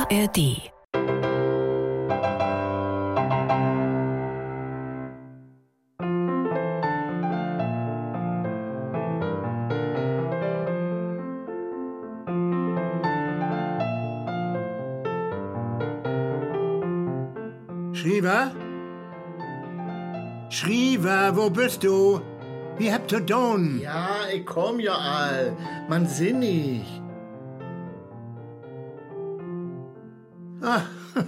ARD. Schriever? Schriever, wo bist du? Wie habt ihr don? Ja, ich komm ja all. Man sinnig. Ach,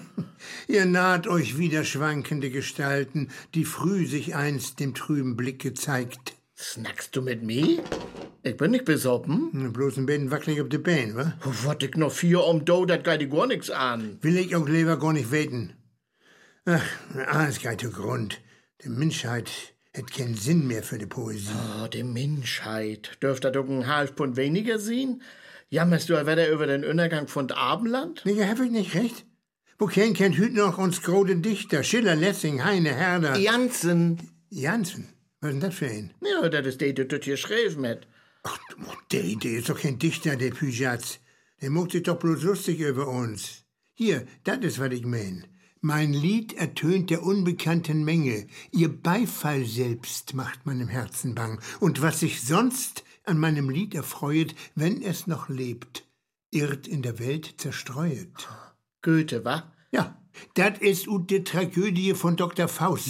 ihr naht euch wieder schwankende Gestalten, die früh sich einst dem trüben Blick gezeigt. Snackst du mit mir? Ich bin nicht besoffen. Bloß ein bisschen wackelig auf de Bein, wa? Wat ich noch 4 do, dat geht ich gar nix an. Will ich auch lieber gar nicht weten. Ach, alles geht zu Grund. Die Menschheit hat keinen Sinn mehr für die Poesie. Oh, die Menschheit. Dürft ihr doch einen halb Pfund weniger sehen? Jammerst du wieder über den Untergang von Abendland? Nee, hab ich nicht recht? Wo kennt hüt noch uns große Dichter? Schiller, Lessing, Heine, Herder. Jansen. Jansen? Was ist denn das für ein? Ja, das ist der, der hier schreef mit. Ach, der ist doch kein Dichter, der Pyjatz. Der macht sich doch bloß lustig über uns. Hier, das ist, was ich mein. Mein Lied ertönt der unbekannten Menge. Ihr Beifall selbst macht meinem Herzen bang. Und was sich sonst an meinem Lied erfreuet, wenn es noch lebt, irrt in der Welt zerstreuet. Goethe, wa? Ja, das ist die Tragödie von Dr. Faust.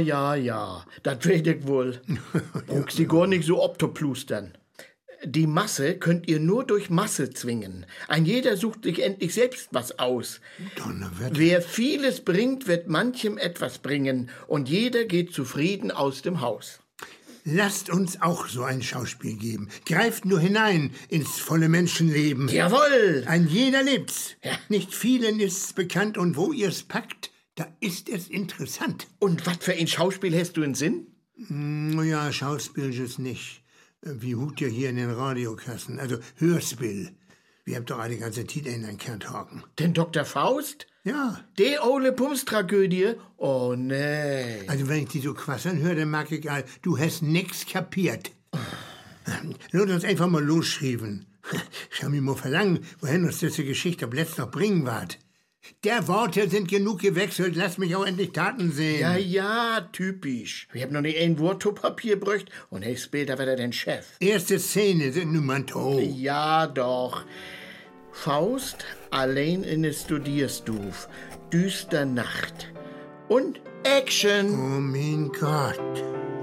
Ja. Das weet ich wohl. Brauchst die gar nicht so optoplustern. Die Masse könnt ihr nur durch Masse zwingen. Ein jeder sucht sich endlich selbst was aus. Donnerwetter. Wer vieles bringt, wird manchem etwas bringen, und jeder geht zufrieden aus dem Haus. Lasst uns auch so ein Schauspiel geben. Greift nur hinein ins volle Menschenleben. Jawohl! Ein jeder lebt's. Ja. Nicht vielen ist's bekannt, und wo ihr's packt, da ist es interessant. Und was für ein Schauspiel hast du in Sinn? Ja, Schauspiel ist nicht. Wie hut ihr hier in den Radiokassen? Also Hörspiel. Wir habt doch alle ganze Titel in den Kern hocken. Den Dr. Faust? Ja. Die ole Pumstragödie? Oh, nee. Also wenn ich die so quasseln höre, dann mag ich all, du hast nix kapiert. Lass uns einfach mal losschreiben. Schau mir mal verlangen, wohin uns diese Geschichte ab letzt noch bringen ward. Der Worte sind genug gewechselt, lass mich auch endlich Taten sehen. Ja, typisch. Wir haben noch nicht ein Wort zu Papier brücht und ich später wieder den Chef. Erste Szene sind nun mal tot. Ja, doch. Faust allein in der Studierstuf. Düster Nacht. Und Action. Oh mein Gott.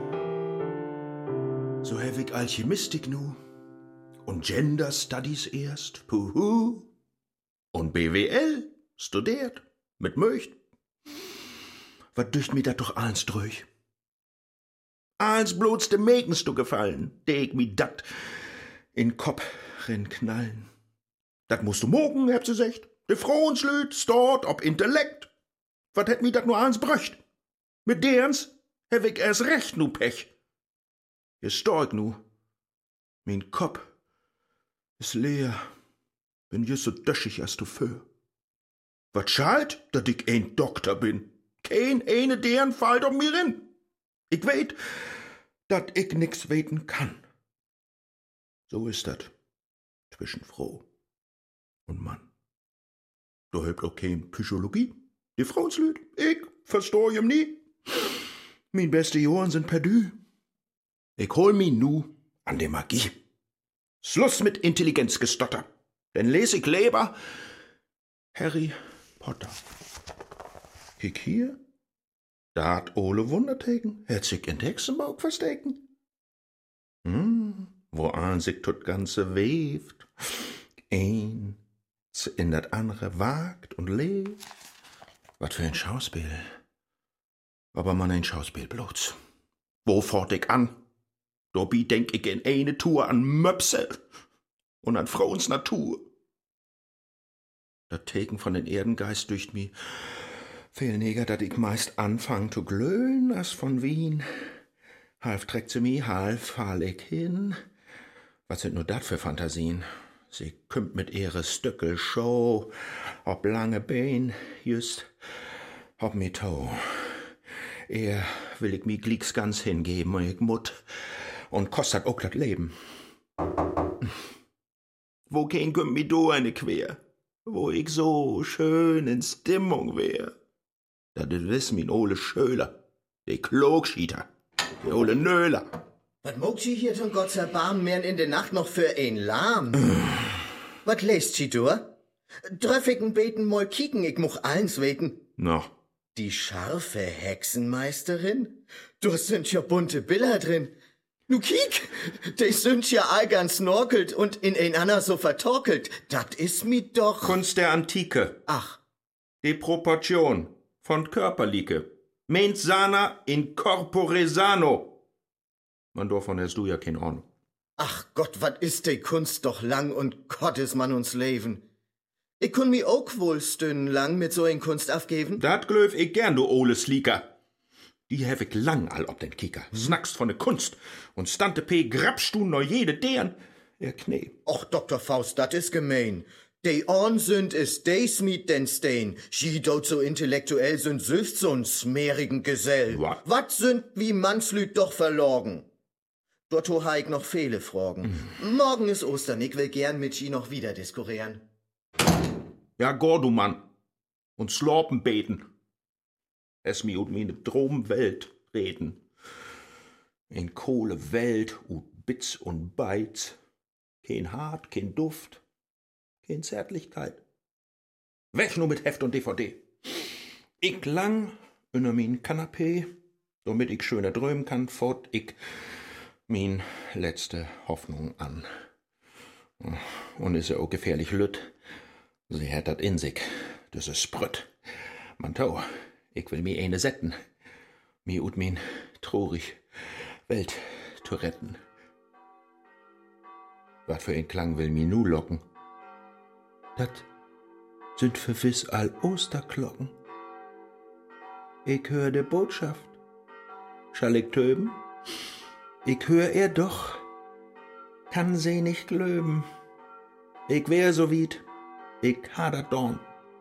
So hab ich Alchemistik nu. Und Gender Studies erst. Puhu. Und BWL studiert. Mit Möcht. Was dücht mir dat doch eins durch? Eins bloß de Megens du gefallen. De ich mi dat in Kopf rin knallen. Dat musst du mogen, hab sie secht. De Frohenslüt stort ob Intellekt. Wat hätt mi dat nur eins bröcht? Mit derens hab ich erst recht nu Pech. Je stork nu. Mein Kopf is leer. Bin just so döschig als du für. Wat schalt, dat ich ein Doktor bin? Kein eine deren fallt um mir rin. Ich weet, dat ich nix weten kann. So ist dat zwischen Frau und Mann. Du hebt auch kein Psychologie. Die Frauenslüt, ich versteh jem nie. Mein beste Johann sind perdu. Ich hol mi nu an der Magie. Schluss mit Intelligenzgestotter. Denn les ich lieber Harry Potter. Kick hier, da hat Ole Wunderteken, hat sich in Hexenbauch verstecken. Wo an sich tot ganze weeft, ein in dat andere wagt und lebt. Was für ein Schauspiel. Aber man ein Schauspiel bloß. Wo fort ich an? Dobby denk ich in eine Tour an Möpse und an Frauens Natur. Dat Teken von den Erdengeist dücht mi viel neger, dat ich meist anfang zu glöhn, as von Wien. Half trägt sie mi, half fall ich hin. Was sind nur dat für Fantasien? Sie kümmt mit ihre Stückel Show, ob lange Bein, just ob mi Toe. Er will ich mi glicks ganz hingeben, ich mut, und kostet auch dat Leben. Wo kein kümmt mi do eine quer? wo ich so schön in Stimmung wär. Dat wiss min ole Schöler, de Klogschieter, de ole Nöler. Was mogt sie hier von Gottes Erbarmen mehr in der Nacht noch für ein Lahm? Was lässt sie durch? Tröffigen beten mal kicken, ich much eins weten. No. Die scharfe Hexenmeisterin? Du sind ja bunte Bilder drin. Nu kiek, die sind ja all ganz snorkelt und in ein ander so vertorkelt. Dat is mi doch... Kunst der Antike. Ach. Die Proportion von Körperlike. Mens sana in corpore sano. Man, davon hast du ja keine Ahnung. Ach Gott, wat ist die Kunst doch lang und Gott is man uns Leben. Ich kun mi auch wohl stundenlang mit so ein Kunst aufgeben. Dat glöf ich gern, du ole Slieker. Die hef ich lang all ob den Kicker. Snackst von der Kunst und stante P grabst du noch jede deren. Er Knee. Och, Dr. Faust, dat is gemein. Die Ornsünd ist des mit den Stein. Sie dort so intellektuell sind süft so'n smerigen Gesell. Wat sind wie Mannslüd doch verlogen? Dort ha ich noch viele Fragen. Morgen ist Ostern, ich will gern mit Sie noch wieder diskurieren. Ja, gor du Mann. Und Slorpen beten. Es mi ut mine Dromwelt reden. In Kohle Welt ut Bitz und Beiz. Kein Hart, kein Duft, kein Zärtlichkeit. Weg nur mit Heft und DVD. Ich lang unter min Kanapee, damit ich schöner träumen kann, fort ich min letzte Hoffnung an. Und is ja auch gefährlich lütt. Sie hat dat in sich, das is Sprütt. Man tau, ich will mi eine setten, mi ut min trurig Welt zu retten. Wat für ein Klang will mi nu locken? Dat sind verwiss all Osterglocken. Ich hör de Botschaft. Schall ich töben? Ich hör er doch, kann sie nicht löben. Ich wär so wied, ich hader Dorn.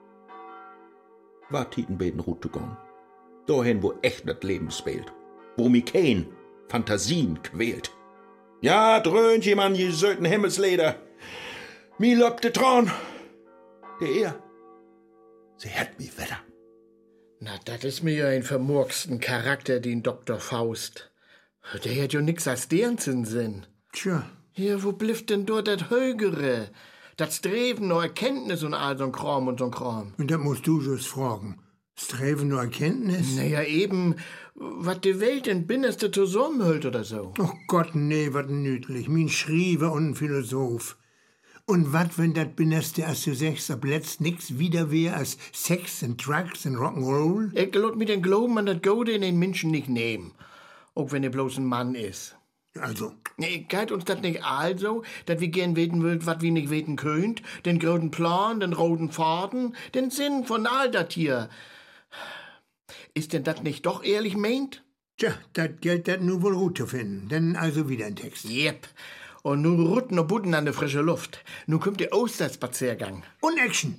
War Titenbeten ruht zu gone. Dahin, wo echt das Leben spielt. Wo mi kein Fantasien quält. Ja, dröhnt jemand je söten Himmelsleder. Mi lobt de Tron. Der er, sie hat mi wetter. Na, dat is mir ja ein vermurksten Charakter, den Dr. Faust. Der hat ja nix als deren Sinn. Tja. Ja, wo blifft denn dort dat Högere? Dat Streven nach Erkenntnis und all so'n Kram und so'n Kram. Und das musst du just fragen. Streven nur Erkenntnis? Naja, eben, wat die Welt in Binneste zusammenhüllt oder so. Och Gott, nee, wat nütlich. Min Schriever und ein Philosoph. Und wat, wenn dat Binneste, als du sagst, ab letzt nix wieder wär als Sex und Drugs und Rock'n'Roll? Ich lot mir den Glauben an dat Gode in den Menschen nicht nehmen. Auch wenn er bloß ein Mann ist. Also, Nee, geht uns das nicht also, dass wir gern weten wollt, wat wir nicht weten könnt? Den großen Plan, den roten Faden, den Sinn von all dat hier. Ist denn das nicht doch ehrlich meint? tja, dat gilt dat nu wohl gut zu finden. Denn also wieder ein Text. Jep. Und nun rutten und Budden an der frische Luft. Nun kommt der Osterspaziergang. Und Action!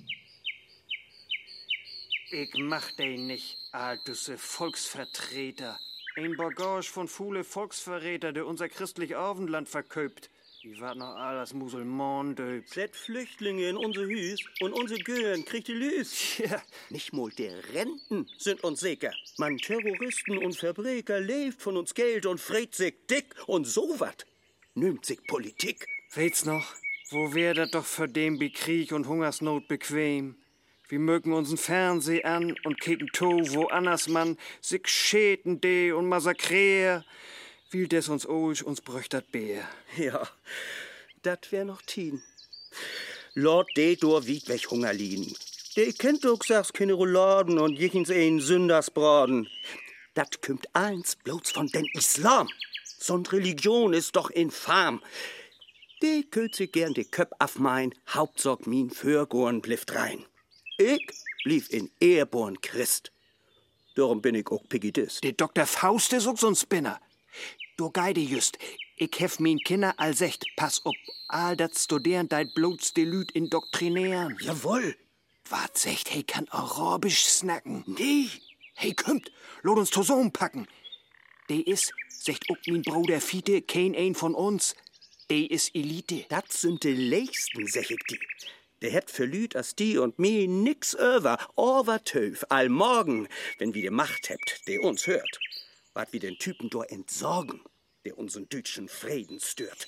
Ich mach den nicht, altusse Volksvertreter. Ein Bagage von viele Volksverräter, der unser christlich Abendland verköpt. Die wat noch alles Musulman döpt. Zet Flüchtlinge in unser Hüs und unsere Gören kriegt die Lüs. Ja, Nicht mal der Renten sind uns sicher. Man Terroristen und Verbrecher lebt von uns Geld und fret sich dick und so wat. Nimmt sich Politik. weht's noch? Wo wär dat doch für den bei Krieg und Hungersnot bequem? Wir mögen unseren Fernseh an und kicken to, wo anders man sich schäten de und massakrier. Will des uns uns bröcht dat Bär. Ja, dat wär noch Tien. Lord de dor wiegt weg Hunger liegen. De kennt doch sag's keine Rouladen und jichens ein Sündersbraten. Dat kümmt eins bloß von den Islam. So'n Religion ist doch infam. De könnt sich gern de Köp auf mein Hauptsorg min Fürgorn blifft rein. Ich blieb in Ehrborn Christ. Darum bin ich auch Pigidist. Der Dr. Faust ist auch so'n Spinner. Du geide just, ich hef min Kinder all secht, pass op, all dat studieren deit bloß de Lüd indoktrinieren. Jawohl. Wat secht, hey kann Arabisch snacken? Nee. Hey, kommt, lot uns zusammen packen. De is, secht ook min Bruder Fiete, kein ein von uns. De is Elite. Dat sind de leichsten, sag ich die. Der het für Lüd as die und mi nix über, overtöf, allmorgen, wenn wie de Macht hebt, der uns hört. Wat wie den Typen do entsorgen, der unseren deutschen Frieden stört.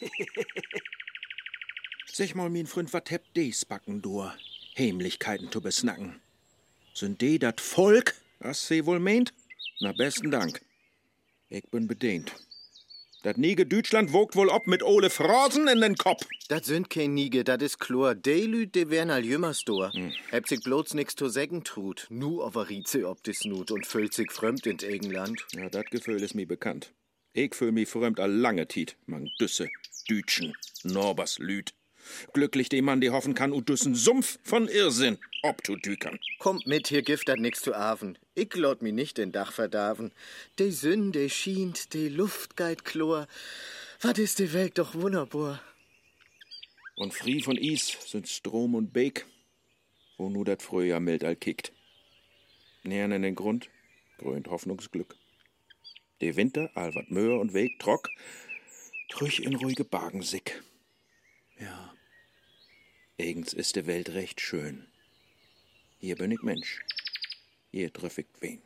Sag mal, mein Freund, wat hebt des backen do? Heimlichkeiten zu besnacken. Sind die dat Volk, was sie wohl meint? Na, besten Dank. Ich bin bedient. Dat Nige Deutschland wogt wohl ob mit Ole Phrasen in den Kopf. Dat sind kein Nige, dat is klar. De Lüd, de wern all jümmers do. Hebt sich bloß nix zu sägen trut. Nu aber rieze ob des Nut und füllt sich fremd in England. Ja, dat Gefühl ist mir bekannt. Ich fühl mich fremd all lange Tiet, man Düsse, Dütschen, Norbers Lüd. Glücklich dem Mann, der hoffen kann, u Düssen Sumpf von Irrsinn obzudükern. Kommt mit, hier gift dat nix zu aven. Ich lot mi nicht den Dach verdarven. De Sünn, de schient, de Luft geit chlor. Wat is de Welt doch wunderbar. Und Frie von Is sind Strom und Beek, wo nu dat Frühjahr mild all kickt. Nähern in den Grund, grönt Hoffnungsglück. De Winter, all wat Möhr und Weg trock, trüch in ruhige Bagen sick. Ja, eigens ist de Welt recht schön. Hier bin ich Mensch, hier triff ich wen.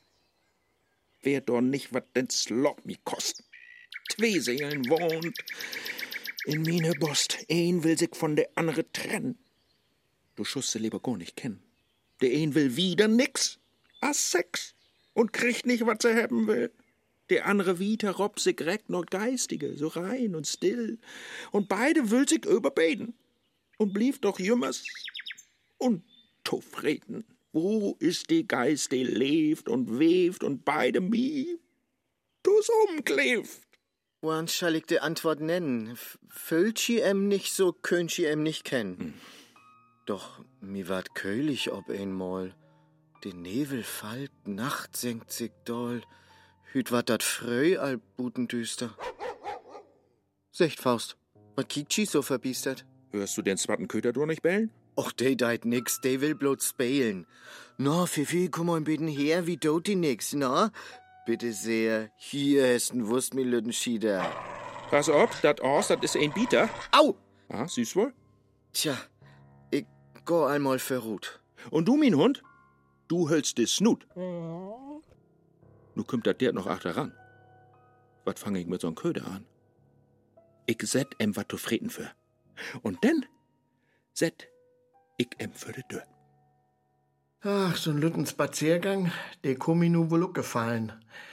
Wer doch nicht wat den Slop mi kost. 2 Seelen wohnt in mine Bost, ein will sich von der andere trennen. Du schusse lieber gar nicht kennen. Der ein will wieder nix, as Sex, und kriegt nicht, wat se haben will. Der andere wieder rob sich recht noch geistige, so rein und still. Und beide will sich überbeten. Und blieb doch jümmers unzufrieden. Wo ist die Geist, die lebt und webt und beide mi dus umkleft? Wann schall ich die Antwort nennen? Füllt i nicht so, könnt i nicht kennen. Doch mi ward köhlich ob einmal. Den Nebel fallt, Nacht senkt sich doll. Hüt wat dat fröh all butendüster. Secht, Faust, wat kiekt i so verbiestert? Hörst du den zwatten Köter doch nicht bellen? Och, de deit nix, de will bloß spelen. Na, Fifi, komm mal bitten her, wie dot die nix, na? Bitte sehr, hier hast n Wurst mit Lüttenschieder. Pass auf, dat Ors, dat is ein Bieter. Au! Ah, süß wohl. Tja, ich go einmal verruht. Und du, mein Hund, du hältst de Snut. Nu kümmt dat der noch achteran. Wat fang ich mit so'n Köder an? Ich set wat zu freten für. Und denn set ich für de Dörr. Ach, so'n lütten Spaziergang, der komm mir nu wohl auch gefallen.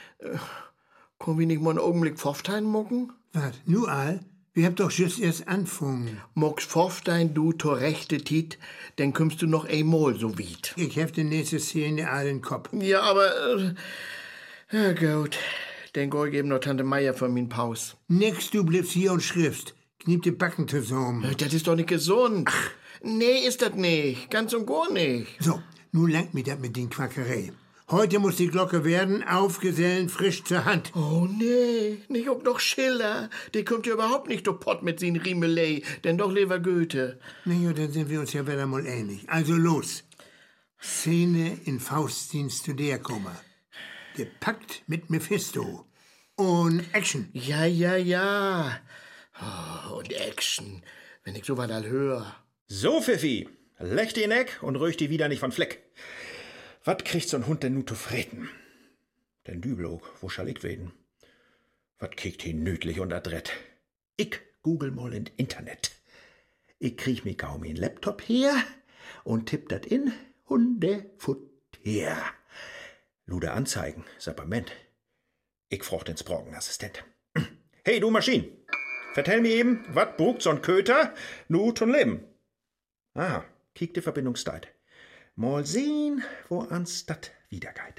Komm ich nicht mal einen Augenblick Pfofftein mucken? Wat, nu all? Wir habt doch just erst anfangen. Muckst Pfofftein du zur rechte Tit, dann kommst du noch einmal so weit. Ich hab die nächste Szene all in Kopf. Ja, aber, ja gut, dann geh ich eben noch Tante Meier von min Paus. Nix, du bliebst hier und schriftst. Kniep die Backen zusammen. Das ist doch nicht gesund. Ach. Nee, ist das nicht. Ganz und gar nicht. So, nun langt mir das mit den Quackerei. Heute muss die Glocke werden, aufgesellen, frisch zur Hand. Oh nee, nicht auch noch Schiller. Die kommt ja überhaupt nicht du Pott mit sin Riemelei, denn doch lieber Goethe. Na ja, dann sind wir uns ja wieder mal ähnlich. Also los. Szene in Faustins Studerkummer. Gepackt mit Mephisto. Und Action. Ja. Oh, und Action. Wenn ich so was all höre. So, Pfiffi, leg die Neck und rüch die wieder nicht von Fleck. Wat kriegt so'n Hund denn nu zu freten? Den Dübelog, wo schall ich weden? Wat kriegt ihn nötlich und adrett? Ich google mal in Internet. Ich krieg mir kaum einen Laptop her und tipp dat in Hundefutter. Lude Anzeigen, Sapperment. Ich froch den Sprockenassistent. Hey, du Maschine, vertell mir eben, wat brugt so'n Köter nu zum Leben? Aha, kiek die Verbindungszeit. Mal sehen, wo ans dat wiedergeht.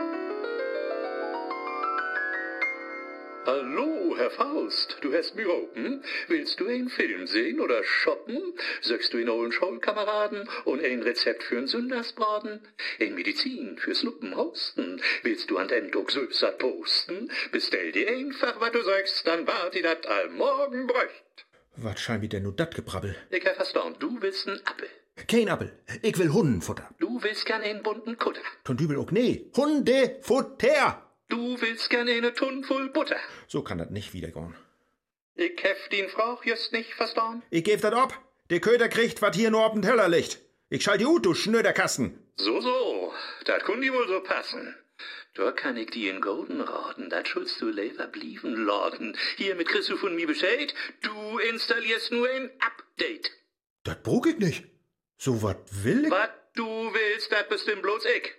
Hallo, Herr Faust, du hast Büro, hm? Willst du einen Film sehen oder shoppen? Söchst du einen ollen Schulkameraden und ein Rezept für'n Sündersbraten? Ein Medizin fürs Luppenhusten? Willst du an den Dog Süßer posten? Bestell dir einfach, was du sagst, dann wart die dat all morgen bräucht. Was scheint mir denn nu dat Gebrabbel? Ich hab verstanden, du willst einen Appel. Kein Appel, ich will Hundenfutter. Du willst gern einen bunten Kutter. Ton Dübel auch nee, Hundefutter! Du willst gern eine Tunn voll Butter. So kann das nicht wiedergehen. Ich heft ihn Frauch just nicht verstanden. Ich geb dat ab. Der Köder kriegt, wat hier nur auf den Teller liegt. Ich schall die ut, du Schnöderkasten. So, dat kun die wohl so passen. Da kann ich die in Golden raten, dat schulst du lever blieven laden. Hiermit kriegst du von mir Bescheid, du installierst nur ein Update. Dat brug ich nicht. So wat will ich? Wat du willst, dat bestimmt bloß ich.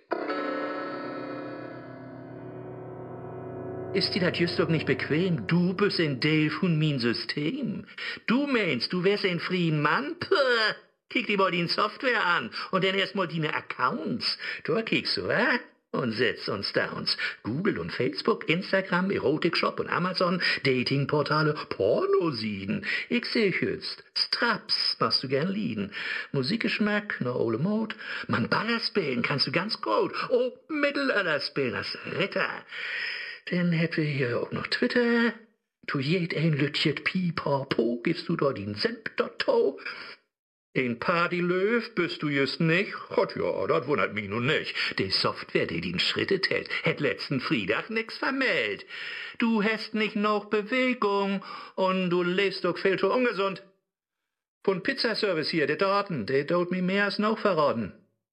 Ist dir das just doch nicht bequem? Du bist ein Teil von mein System. Du meinst, du wärst ein freien Mann? Puh. Kick dir mal die Software an und dann erst mal deine Accounts. Da kickst du, und setzt uns Downs. Google und Facebook, Instagram, Erotikshop und Amazon, Datingportale, Pornosiden. Ich seh jetzt, Straps machst du gern lieden. Musikgeschmack, ne ole Mode. Man Baller spielen kannst du ganz gut. Oh, Mittelalter spielen, das Ritter. Dann hätten wir hier auch noch Twitter. Tu jed ein Lütjet Pipapo, gibst du da den Senf dato. Ein Partylöw bist du just nicht? Gott ja, das wundert mich nun nicht. Die Software, die den Schritte tät, hätt letzten Freitag nix vermeldt. Du hast nicht noch Bewegung und du lebst doch viel zu ungesund. Von Pizzaservice hier, der Daten, der tut mir mehr als noch verraten.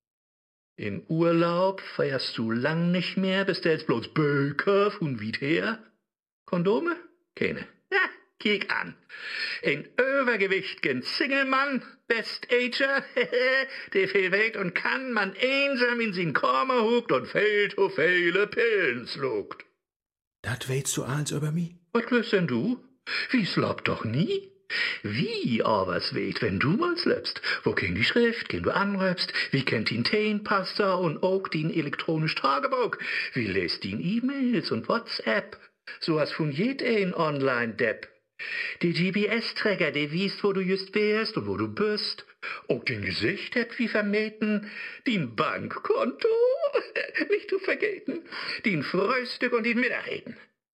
In Urlaub feierst du lang nicht mehr, bestellst bloß Böker von weit her. Kondome? Keine. Ja, kiek an. Ein übergewichtigen Single-Mann, Best-Ager, der viel weht und kann, man einsam in sin Korma huckt und viel zu viele Pillen schluckt. Dat weißt du alles über mich? Was glaubst denn du? Wie slobt doch nie? Wie aber's weht, wenn du mal slöpst? Wo kenn die Schrift, kenn du anröpst? Wie kennt ihn Teenpasta und auch den elektronisch Tagebuch? Wie lest ihn E-Mails und WhatsApp? So was von jedem Online-Depp. Die GPS-Tracker, der wiest, wo du just wärst und wo du bist. Auch den Gesicht hat wie vermeten. Den Bankkonto, nicht zu vergeten. Den Frühstück und den Mittagessen.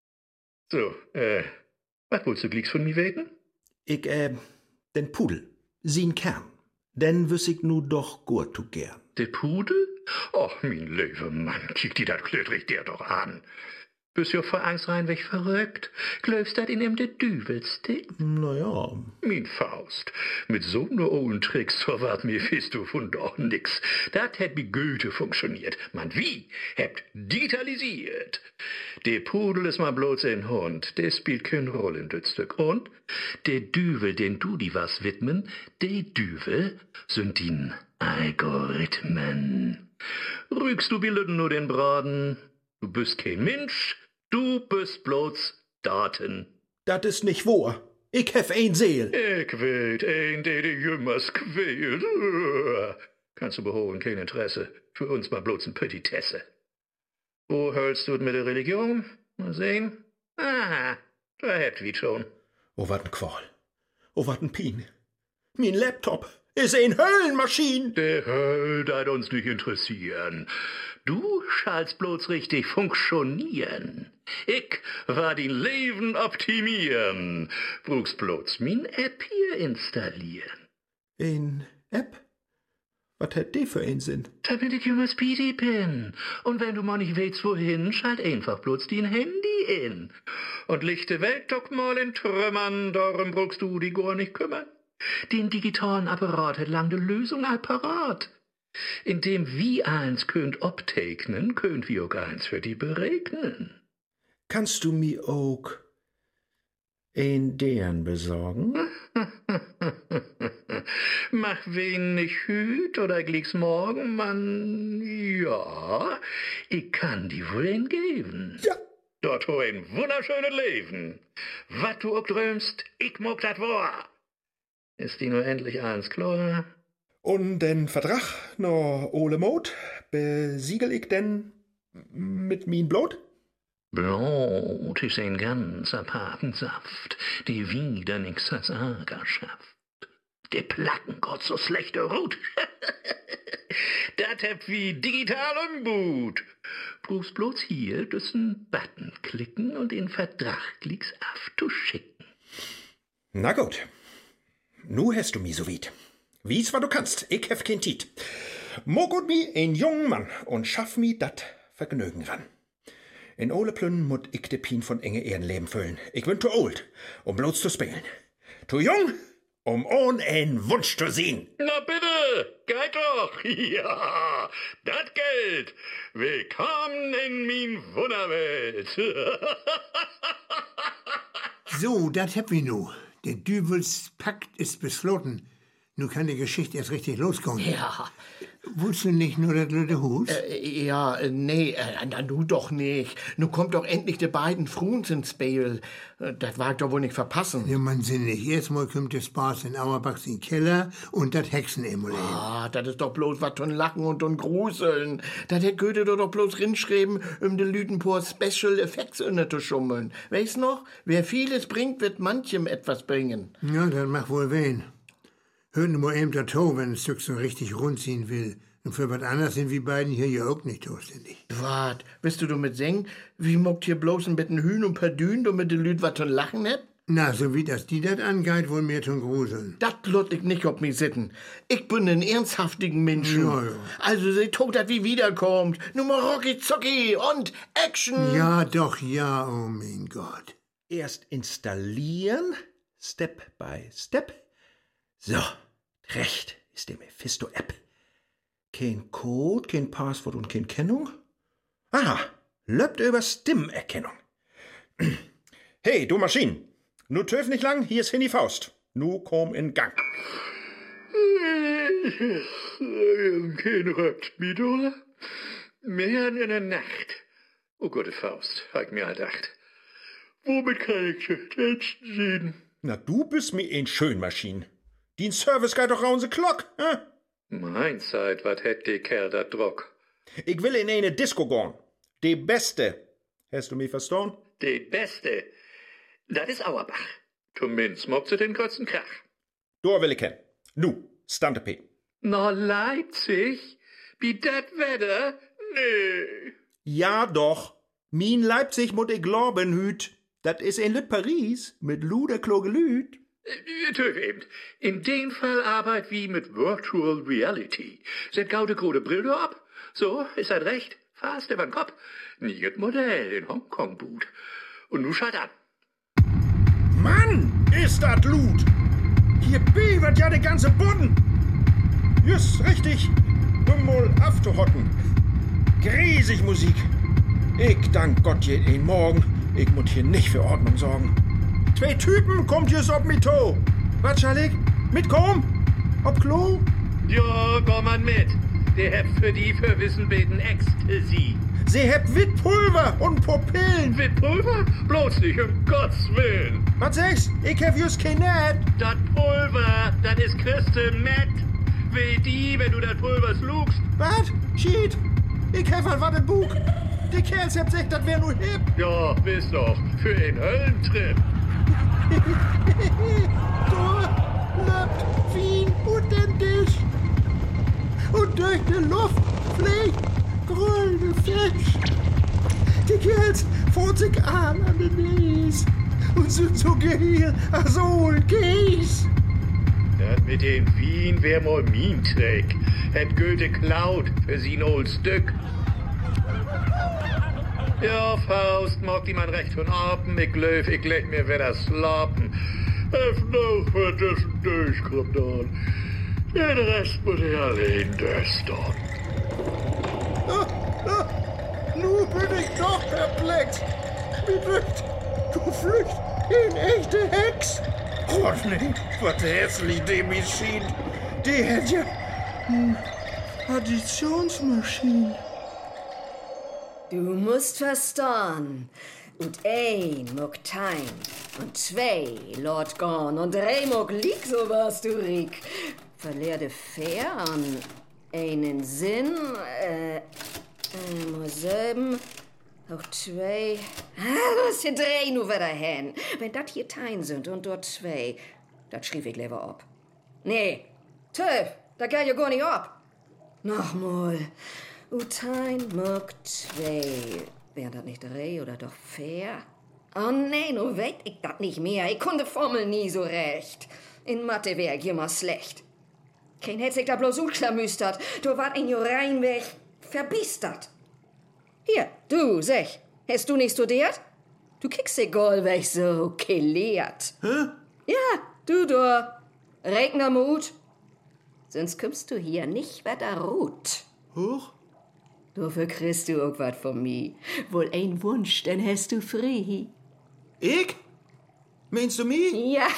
So, was wolltest du glicks von mir weten? Ich, den Pudel, sin Kern. Den wüss ich nu doch gut zu gern. Der Pudel? Och, mein lieber Mann, kick dir dat klödrig der doch an. Bist ja vor Angst reinweg verrückt. Glaubst dat in ihm der Düvelstick? Naja. Mein Faust, mit so ne ollen Tricks verwahrt mir Mephisto von doch nix. Dat hätt wie Goethe funktioniert. Man wie? Hebt digitalisiert. Der Pudel ist mal bloß ein Hund, der spielt keine Rolle in das Stück. Und der Düvel, den du die was widmen, der Düvel sind die Algorithmen. Rügst du Bilden nur den Braten? Du bist kein Mensch, du bist bloß Daten. Dat is nicht wahr. Ich hef ein Seel. Ich weet, ein, der die jümmers quält. Kannst du beholen, kein Interesse. Für uns mal bloß ein Petitesse. Wo hältst du mit der Religion? Mal sehen. Aha, da hätt wie schon. Oh, wat n Qual. Oh, wat n Pien. Mein Laptop is ein Höllenmaschine. Der Höll dat uns nicht interessieren. Du schallst bloß richtig funktionieren. Ich war dein Leben optimieren. Brauchst bloß min App hier installieren. Ein App? Was hat die für einen Sinn? Damit ich immer Speedy bin. Und wenn du mal nicht weißt, wohin, schalt einfach bloß dein Handy in. Und lichte Welt doch mal in Trümmern, darum brauchst du die gar nicht kümmern. Den digitalen Apparat hat lang de Lösung all parat. Indem wie eins könnt obtegnen, könnt wir auch eins für die beregnen. Kannst du mi auch ein deren besorgen? Mach wenig hüt oder glicks morgen, Mann. Ja, ich kann die wohl einen geben. Ja. Dort ho ein wunderschönes Leben. Wat du auch träumst, ich mag dat wahr. Ist die nur endlich eins klar? Und den Vertrag no ole Mode besiegel ich denn mit min Blut? Blut ist ein ganzer Papensaft, die wieder nix als Ager schafft. Der Plackengott so schlechte Rut. Dat hab wie digital umbut. Brauchst bloß hier düssen Button klicken und den Vertrag klickst abzuschicken. Na gut. Nu hast du mi so weit. Wie's, was du kannst, ich hef kein Tiet. Mogut mi ein jungen Mann und schaff mi dat Vergnügen ran. In ole Plünn mut ich de Pien von enge Ehrenleben füllen. Ich bin zu old, um bloß zu spielen. Zu jung, einen Wunsch zu sehen. Na bitte, geht doch. Ja, das Geld. Willkommen in min Wunderwelt. So, dat hab wir nu. Der Düvelspakt ist beschlossen. Nu kann die Geschichte erst richtig losgehen. Ja. Willst du nicht nur das blöde Hus? Na, du doch nicht. Nu kommt doch endlich die beiden Fruns ins Spiel. Das war ich doch wohl nicht verpassen. Ja, man sinnig. Erstmal kommt der Spaß in Auerbachs in den Keller und das Hexenemulett. Ah, das ist doch bloß was von Lachen und Gruseln. Das hätt Goethe doch bloß rinschreiben, de Lüten paar Special Effects zu schummeln. Weißt noch? Wer vieles bringt, wird manchem etwas bringen. Ja, das macht wohl wen. Hört nur eben das Toe, wenn ein Stück so richtig rundziehen will. Und für was anderes sind wir beiden hier ja auch nicht zuständig. Wat, bist du mit Seng? Wie mockt hier bloß ein bisschen Hühn und Perdün, du mit de Lüt wat von Lachen hebt? Na, so wie das die dat angeht, wohl mehr zum Gruseln. Dat lot ich nicht ob mich sitten. Ich bin ein ernsthaftigen Menschen. Ja. Also sie tut dat wie wiederkommt. Nur mal Rocky Zocki und Action. Ja, doch, ja, oh mein Gott. Erst installieren, Step by Step. So, recht ist der Mephisto-App. Kein Code, kein Passwort und kein Kennung. Aha, löppt über Stimmerkennung. Hey, du Maschinen, nu töf nicht lang, hier ist hin die Faust. Nu komm in Gang. Kein Rückspiel, oder? Mehr in der Nacht. Oh gute Faust, hab ich mir gedacht. Womit kann ich das jetzt sehen? Na, du bist mir ein Schönmaschinen. Die Service geht doch round the clock, hä? Mein Zeit, wat hätt die Kerl da Druck? Ich will in eine Disco gehen. Die beste. Hast du mich verstanden? Die Beste. Das ist Auerbach. Zumindest mockt sie den kurzen Krach. Da will ich hin. Nu, Stante P. Na, Leipzig? Wie dat Wetter? Nee. Ja doch. Min Leipzig mut ich glauben hüt. Dat is in Lüt Paris mit luder kloge Lüt. Töf eben. In dem Fall arbeit wie mit Virtual Reality. Set gaude grode Brille ab. So, ist das recht? Fast übern Kopf. Nieget Modell in Hongkong boot. Und nu schalt an. Mann, ist dat Lut. Hier bebert ja der ganze Boden. Just richtig. Nur mal aufzuhocken. Griesig Musik. Ich dank Gott jeden Morgen. Ich muss hier nicht für Ordnung sorgen. 2 Typen kommt just ob mit to. Was soll ich? Mitkommen? Ob Klo? Ja, komm man mit. Der hebt für die für Wissen beten Ecstasy. Sie hebt Wittpulver und Pupillen. Pulver? Bloß nicht, um Gottes Willen. Was sagst? Ich hab just kein Net. Das Pulver, das ist Crystal Meth. Will die, wenn du das Pulver slugst? Was? Schied. Ich hab an wat im Bug. Die Kerls hab gesagt, das wär nur hip. Ja, wisst doch, für den Höllentrip. Da löppt Wien unendlich. Und durch die Luft fliegt grüne Fisch. Die Kerls fahren sich an den Nies und sind so geil, so ein Kies. Das mit den Wien wär mal mein Trick. Hätt Goethe klaut für sie old Stück. Ja, Faust, mag die man recht von Apen, ich löf, ich leg mir wieder slapen. Hef noch für das durchkommt an. Den Rest muss ich allein döstern. Nun bin ich doch perplex. Wie wird du flücht in echte Hex? Rodney, was hässlich dem schien. Die hätt ja Additionsmaschine. Du musst verstehen. Und 1 muck Time. Und 2 Lord Gorn. Und 3 muck Lieg, so warst du Rick. Verlehrte Fair an einen Sinn. Mal 7. Auch 2. Was hier 3 nur wieder hin. Wenn dat hier Tein sind und dort 2, dat schrieb ich lieber ab. Nee, 12, da geht ja gar nicht ab. Nochmal. Utein muck 2. Wären das nicht 3 oder doch Fair? Oh nee, nu weet ich dat nicht mehr. Ich konnte Formel nie so recht. In Mathe wär ich immer schlecht. Kein hätt sich da bloß utklamüstert. Du wart in jo reinweg verbiestert. Hier, du, sech, hast du nicht studiert? Du kickst dich Gold weg so gelehrt. Hä? Ja, du da. Regner Mut. Sonst kommst du hier nicht weiter ruht. Huch? Dafür kriegst du auch was von mir. Wohl ein Wunsch, dann hast du frei. Ich? Meinst du mich? Ja.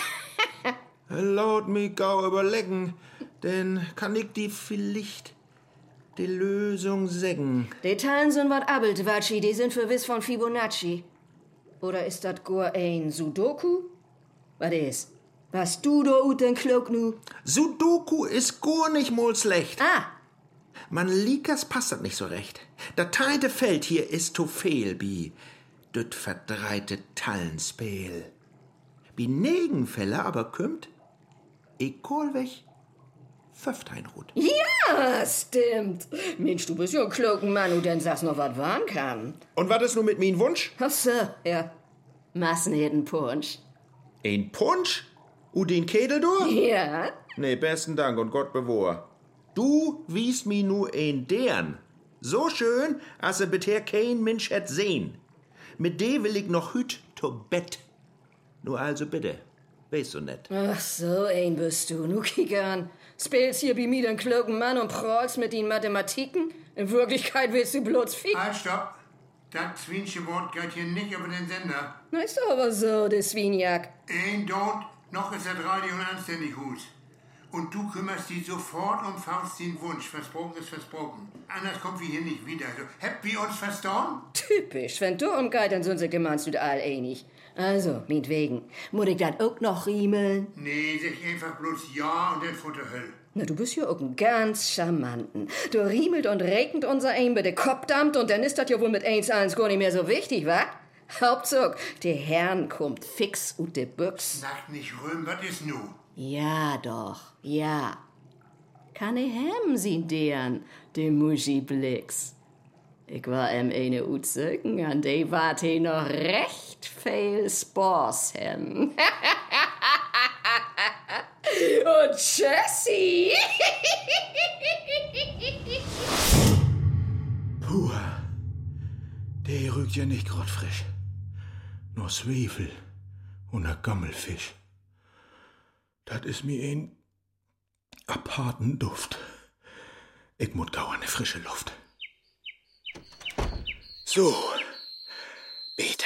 Laut mich gau überlegen, denn kann ich die vielleicht die Lösung sägen. Die Teilen sind was Abeltwatschi, die sind für Wiss von Fibonacci. Oder ist das gar ein Sudoku? Was ist? Was du da ut den Klok nu? Sudoku ist gar nicht mal schlecht. Ah, Man Likas passt das nicht so recht. Das teinte Feld hier ist zu viel, bi düt verdreite Tallenspeel. Bi Negenfälle aber kümmt, egal weg, Pföfteinrut. ja, stimmt. Mensch, du bist ja ein kloken Mann und dann sagst noch, was waren kann. Und was ist nun mit min Wunsch? Ach so, ja. Massenhedenpunsch. Ein Punsch? Und den Kedel durch? Ja? Nee, besten Dank und Gott bewohr. Du wiest mi nu ein deren. So schön, als er bisher kein Mensch hätt sehen. Mit de will ich noch hüt to Bett. Nur also bitte, weißt du net. Ach so, ein bist du. Nu kick an. Spielst hier wie mir den kloken Mann und prahlst mit den Mathematiken? In Wirklichkeit willst du bloß ficken. Halt, stopp. Das Zwinsche Wort geht hier nicht über den Sender. Na, ist doch aber so, der Swinjak. Ein Don't, noch ist das Radio ein anständig Hus. Und du kümmerst dich sofort um Faust den Wunsch. Versprochen ist versprochen. Anders kommt wir hier nicht wieder. Also, habt wir uns verstanden? Typisch. Wenn du umgeht, dann sind sich die Manns nicht all einig. Also, meinetwegen. Muss ich das auch noch riemeln? Nee, sag einfach bloß ja und dann Futter Höll. Na, du bist ja auch ein ganz charmanten. Du riemelt und regnet unser ein bei der Kopfdampft und dann ist das ja wohl mit eins gar nicht mehr so wichtig, wa? Hauptzug, der Herrn kommt fix und de Büchs. Sag nicht Röhm, was ist nu? Ja doch, ja. Kann ich hem sehen deren, de Muschi-Blicks. Ich war eine Utzeugen, an de wart he noch recht viel Spaß hem. Und Jessie! Puh, der rügt ja nicht grad frisch. Nur Zwiebel und a Gammelfisch. Das ist mir ein aparten Duft. Ich muss gau an ne frische Luft. So, Peter.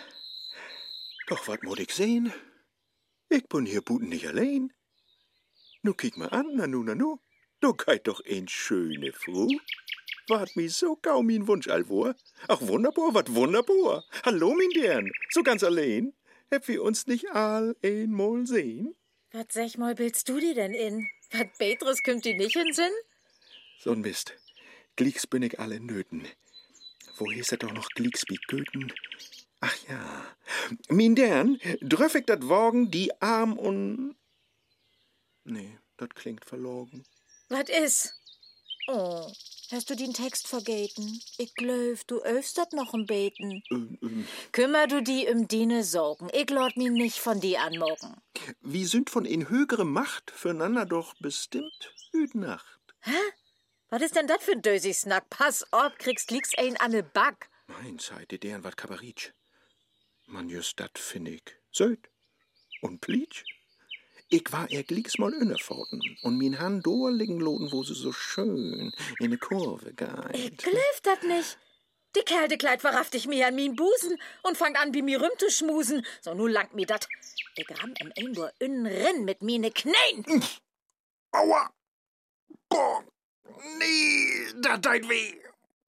Doch wat muss ich sehen? Ich bin hier buten nicht allein. Nu kick mal an, nanu. Du geit doch ein schöne Frau. Wart mi so gau min Wunsch allwor. Ach wunderbar, wat wunderbar. Hallo min Dern, so ganz allein. Heb wir uns nicht all einmal sehen? Was sag mal, bildst du dir denn in? Was Petrus kümmt die nicht in Sinn? So'n Mist. Glicks bin ich alle nöten. Wo hieß er doch noch Glicks wie Göten? Ach ja. Min Dern, dröff ich dat Worgen die Arm und... Nee, dat klingt verlogen. Was is? Oh, hast du den Text vergeten? Ich glaub, du öfst dat noch im Beten. Kümmer du die dine Sorgen. Ich lord mi nicht von die anmogen. Wie sind von in höhere Macht füreinander doch bestimmt hüt Nacht. Hä? Was ist denn dat für ein Dösi-Snack? Pass auf, kriegst Glicks ein an ne Back. Mein Zeit, deren wat Kabaritsch. Man just dat find ich. Söd. Und Plitsch. Ich war Glicks mal inneforten und min Hand liegen loten, wo sie so schön in ne Kurve geht. Ich glaub dat nicht. Die Kältekleid verrafft ich mir an min Busen und fangt an, wie mir rüm zu schmusen. So, nu langt mi dat. Ich ramm ein nur innen rin mit mine Knäen. Aua! Oh, nee, dat deit weh.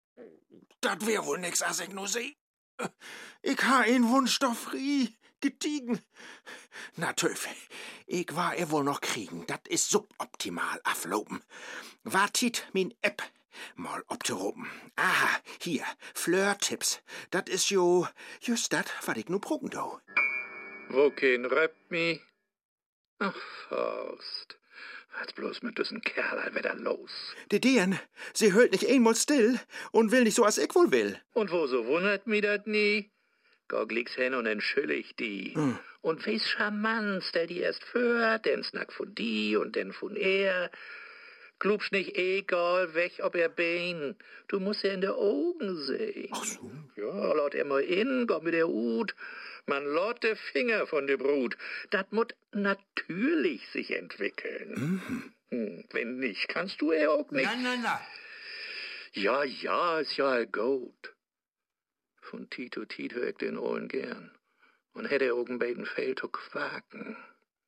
Dat wär wohl nix, als ich nur seh. Ich ha ein Wunsch doch frie, getiegen. Na Töff, ich war wohl noch kriegen, dat is suboptimal aflopen. Wartit min App mal obteropen. Aha, hier, Flirttipps. Dat is jo just dat, wat ich nu proben do. Wo kein Röpp mi? Ach, Faust. Was bloß mit diesen Kerl wieder los? Die Dern, sie hört nicht einmal still und will nicht so, als ich wohl will. Und wo so wundert mi dat nie? Gog lieg's hin und entschuldig die. Und wie's charmant, stell die erst für, denn snack von die und denn von er. Glubsch nicht egal, weg ob er bein. Du musst ja in der Augen sehen. Ach so. Ja, laut er mal in, gott mit der Hut. Man lot de Finger von de Brut. Dat mut natürlich sich entwickeln. Wenn nicht, kannst du auch nicht. Na. Ja, ist ja gut. Von Tiet zu Tiet hör ich den Ohlen gern. Und hätte auch ein beiden Fell zu quaken.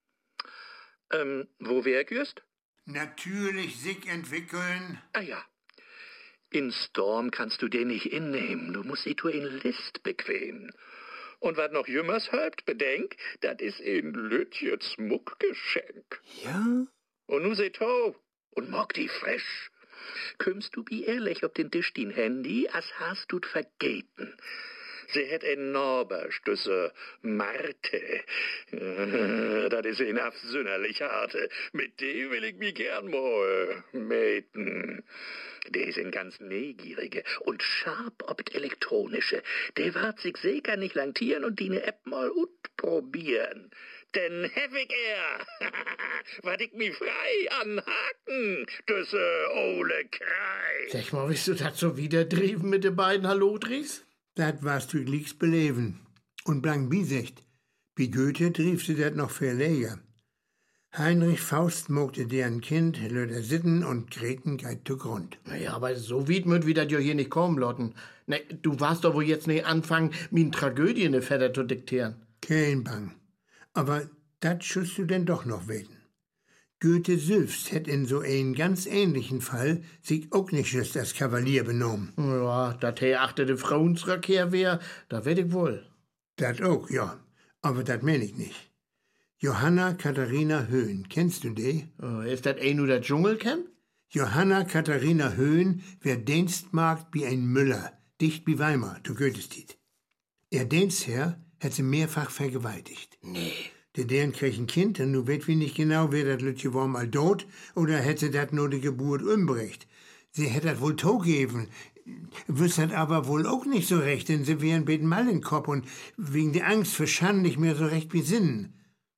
Wo wär just? Natürlich sich entwickeln. Ah ja. In Storm kannst du den nicht innehmen. Du musst dich in List bequemen. Und wat noch jümmers halbt, bedenk, dat is in Lütjets Muckgeschenk. Ja? Und nu seht ho, und mock die frisch. Kümmst du bi ehrlich ob den Tisch din Handy, as hast du't vergeten. Sie hätt en Norberst, düsse Marte. Dat is een afsünnerlich harte. Mit dem will ich mich gern mal meten. Der is ein ganz Negierige und scharf ob d Elektronische. Der wird sich sicher nicht langtieren und die ne App mal probieren. Denn heffig wat ich mi frei anhaken, düsse ole Krei. Sag mal, bist du das so wieder drieben mit den beiden Hallodris? Dat warst du liegst beleven. Und blank bisecht. Wie Goethe trieb sie dat noch verleger. Heinrich Faust mogte deren Kind, Löder Sitten und Greten geit zu Grund. Naja, aber so wiedmüt wie dat jo hier nicht kommen, Lotten. Ne, du warst doch wohl jetzt nicht anfangen, mir ne Tragödie ne Feder zu diktieren. Kein Bang. Aber dat schust du denn doch noch weten. Goethe selbst hätt in so einen ganz ähnlichen Fall sich auch nicht just als Kavalier benommen. Ja, dat he achtete Frauensverkehr wär, da werd ich wohl. Dat auch, ja. Aber dat mein ich nicht. Johanna Katharina Höhn, kennst du die? Ist dat nur der Dschungelcamp? Johanna Katharina Höhn wär Dienstmagd wie ein Müller, dicht wie Weimar, du Goethestit. Er Dienstherr hätt sie mehrfach vergewaltigt. Nee. Deren krieg ein Kind, und du weet wie nicht genau, wer dat Lütje war mal tot, oder hätte dat nur die Geburt umbrecht. Sie hätt dat wohl togeben, wüsst dat aber wohl auch nicht so recht, denn sie wären beten mal in Kopf und wegen der Angst für Schand nicht mehr so recht besinnen.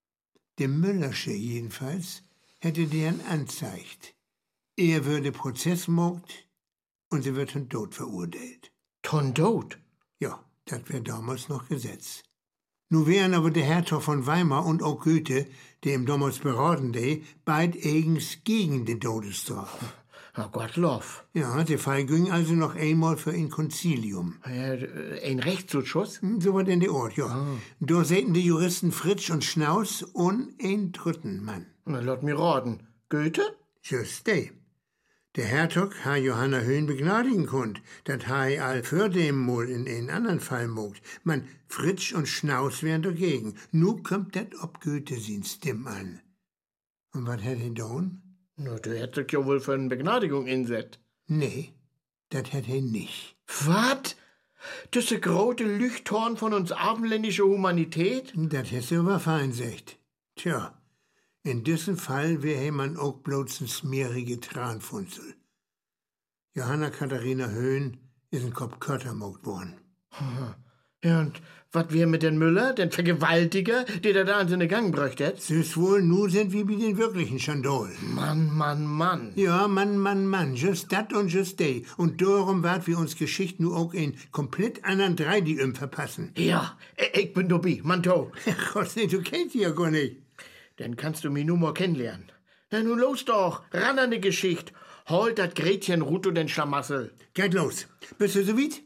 Der Müllersche jedenfalls hätte deren anzeigt. Er würde Prozess mogt und sie wird von Tod verurteilt. Von Tod? Ja, dat wär damals noch Gesetz. Nu wären aber der Herzog von Weimar und auch Goethe, der ihm damals beraten de, beid eigens gegen den Todesstrafe. Oh Gottlob. Ja, der Fall ging also noch einmal für ein Konzilium. Ein Rechtsschuss? So war denn der Ort, ja. Oh. Da säten die Juristen Fritsch und Schnauz und ein dritten Mann. Na, lass mir raten. Goethe? Just de. Der Herzog ha Johanna Höhn begnadigen konnt, dat ha i all für dem Mol in einen anderen Fall mogt. Man, Fritsch und Schnauz wären dagegen. Nu kommt dat ob Goethe sin Stimm an. Und wat hätt he don? Na, der hätt sich ja wohl für eine Begnadigung inset. Nee, dat hätt he nicht. Wat? Das ist grote Lüchthorn von uns abendländische Humanität? Dat hätt aber fein secht. Tja. In diesem Fall wär man auch bloß ein smierige Tranfunzel. Johanna Katharina Höhn ist ein Kopf Köttermogt worden. Ja, und wat wär mit den Müller, den Vergewaltiger, der da an seine Gang bräuchte? Süß wohl, nu sind wir wie den wirklichen Schandol. Mann. Ja, Mann, just dat und just de. Und darum wart wir uns Geschicht nu auch in komplett anderen drei die verpassen. Ja, ich bin dabei, Manto. Gott, nee, du kennst die ja gar nicht. Dann kannst du mich nur mal kennenlernen. Na nun los doch, ran an die Geschichte. Holt dat Gretchen Ruto den Schlamassel. Geht los. Bist du so weit?